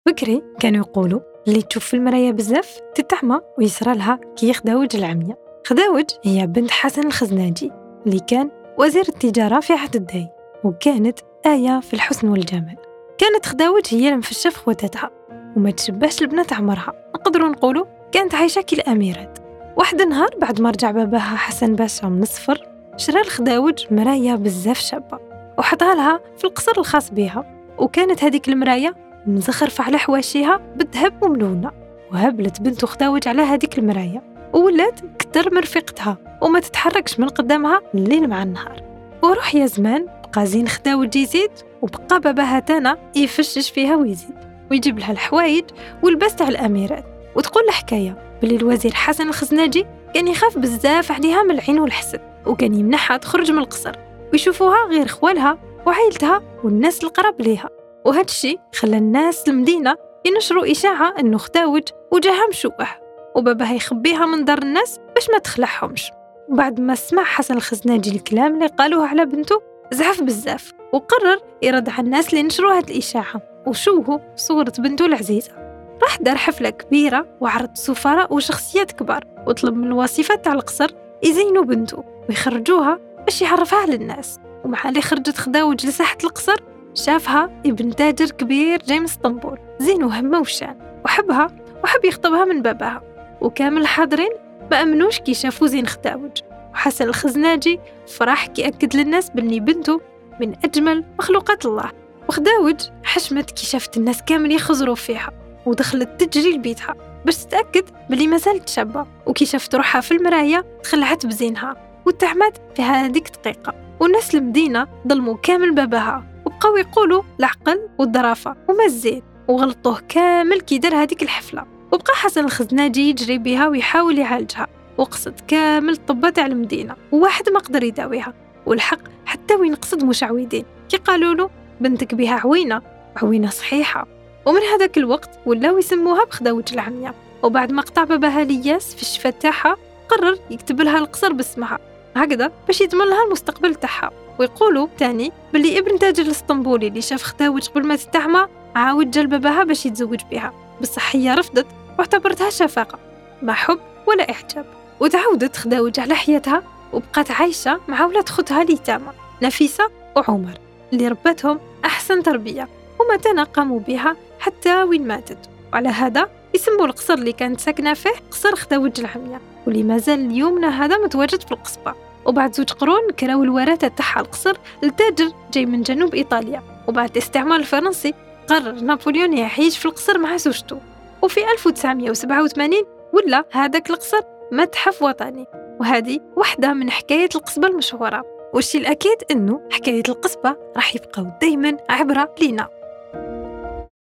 بكري كانوا يقولوا اللي تشوف في المراية بزاف تتعمى ويصرى لها كي خداوج العمية. خداوج هي بنت حسن الخزناجي اللي كان وزير التجارة في عهد الداي، وكانت آية في الحسن والجمال. كانت خداوج هي المفشة في خواتاتها وما تشبهش لبنات عمرها، نقدروا نقولوا كانت عايشة كالأميرات. واحد النهار بعد ما رجع باباها حسن باشا من السفر، شرى الخداوج مراية بزاف شابة وحطها لها في القصر الخاص بها، وكانت هذيك المراية مزخرفة على حواشيها بالذهب وملونة. وهبلت بنت خداوج على هذيك المراية وولات كتر من رفيقتها وما تتحركش من قدامها الليل مع النهار. وروح يا زمان بقى زين خداوج يزيد، وبقى باباها تانا يفشش فيها ويزيد ويجيب لها الحوايج والبس تاع الأميرات. وتقول الحكاية بلي الوزير حسن الخزناجي كان يخاف بزاف عليها من العين والحسد، وكان يمنحها تخرج من القصر ويشوفوها غير خوالها وعائلتها والناس القرب ليها. وهذا الشيء خلى الناس المدينة ينشروا إشاعة أنه خداوج وجهها مشوح، وباباها يخبيها من دار الناس باش ما تخلعهمش. وبعد ما سمع حسن الخزناجي الكلام اللي قالوه على بنته زعف بزاف، وقرر يرد على الناس اللي نشروا هذه الإشاعة وشوهوا صورة بنته العزيزة. راح دار حفلة كبيرة وعرض سفراء وشخصيات كبار، وطلب من الوصيفات تاع القصر يزينوا بنته ويخرجوها باش يعرفها للناس. ومع اللي خرجت خداوج لساحة القصر شافها ابن تاجر كبير جاي من اسطنبول، زين وهمه وشان وحبها وحب يخطبها من باباها. وكامل الحاضرين ما أمنوش كي شافوا زين خداوج، وحسن الخزناجي فرح كي أكد للناس بأني بنته من أجمل مخلوقات الله. وخداوج حشمت كي شافت الناس كامل يخزروا فيها، ودخلت تجري لبيتها باش تتأكد بلي ما زالت شابة. وكي شافت روحها في المراية تخلعت بزينها وتعمد في هذيك دقيقة. والناس المدينة ظلموا كامل باباها وبقوا يقولوا العقل والظرافة وما الزين، وغلطوه كامل كي دار هذيك الحفلة. وبقى حسن الخزناجي يجري بها ويحاول يعالجها، وقصد كامل الطبة تاع المدينة وواحد ما قدر يداويها. والحق حتى وين قصد مشعوذين كي قالوا له بنتك بها عوينة صحيحة. ومن هذاك الوقت ولاو يسموها بخداوج العمية. وبعد ما قطع باباها لياس في الشفا تاعها قرر يكتب لها القصر باسمها هكذا باش يضمن لها المستقبل تاعها. ويقولوا تاني باللي ابن تاجر الاسطنبولي اللي شاف خداوج قبل ما تتعمى عاود جا لباباها باش يتزوج بها، بصح هي رفضت واعتبرتها شفقة ما حب ولا إعجاب. وتعودت خداوج على حياتها وبقات عايشة مع ولاد خوتها اليتامى نفيسة وعمر اللي ربتهم أحسن تربية، وما تانا قاموا بها حتى وين ماتت. وعلى هذا يسموا القصر اللي كانت ساكنة فيه قصر خداوج العمية، واللي مازال اليومنا هذا متواجد في القصبة. وبعد 2 قرون كراو الوراثة تاعها القصر لتاجر جاي من جنوب إيطاليا. وبعد الاستعمار الفرنسي قرر نابليون يعيش في القصر مع زوجته، وفي 1987 ولا هذاك القصر متحف وطني. وهذه واحدة من حكاية القصبة المشهورة، والشيء الأكيد أنه حكاية القصبة راح يبقى دايما عبرة لينا.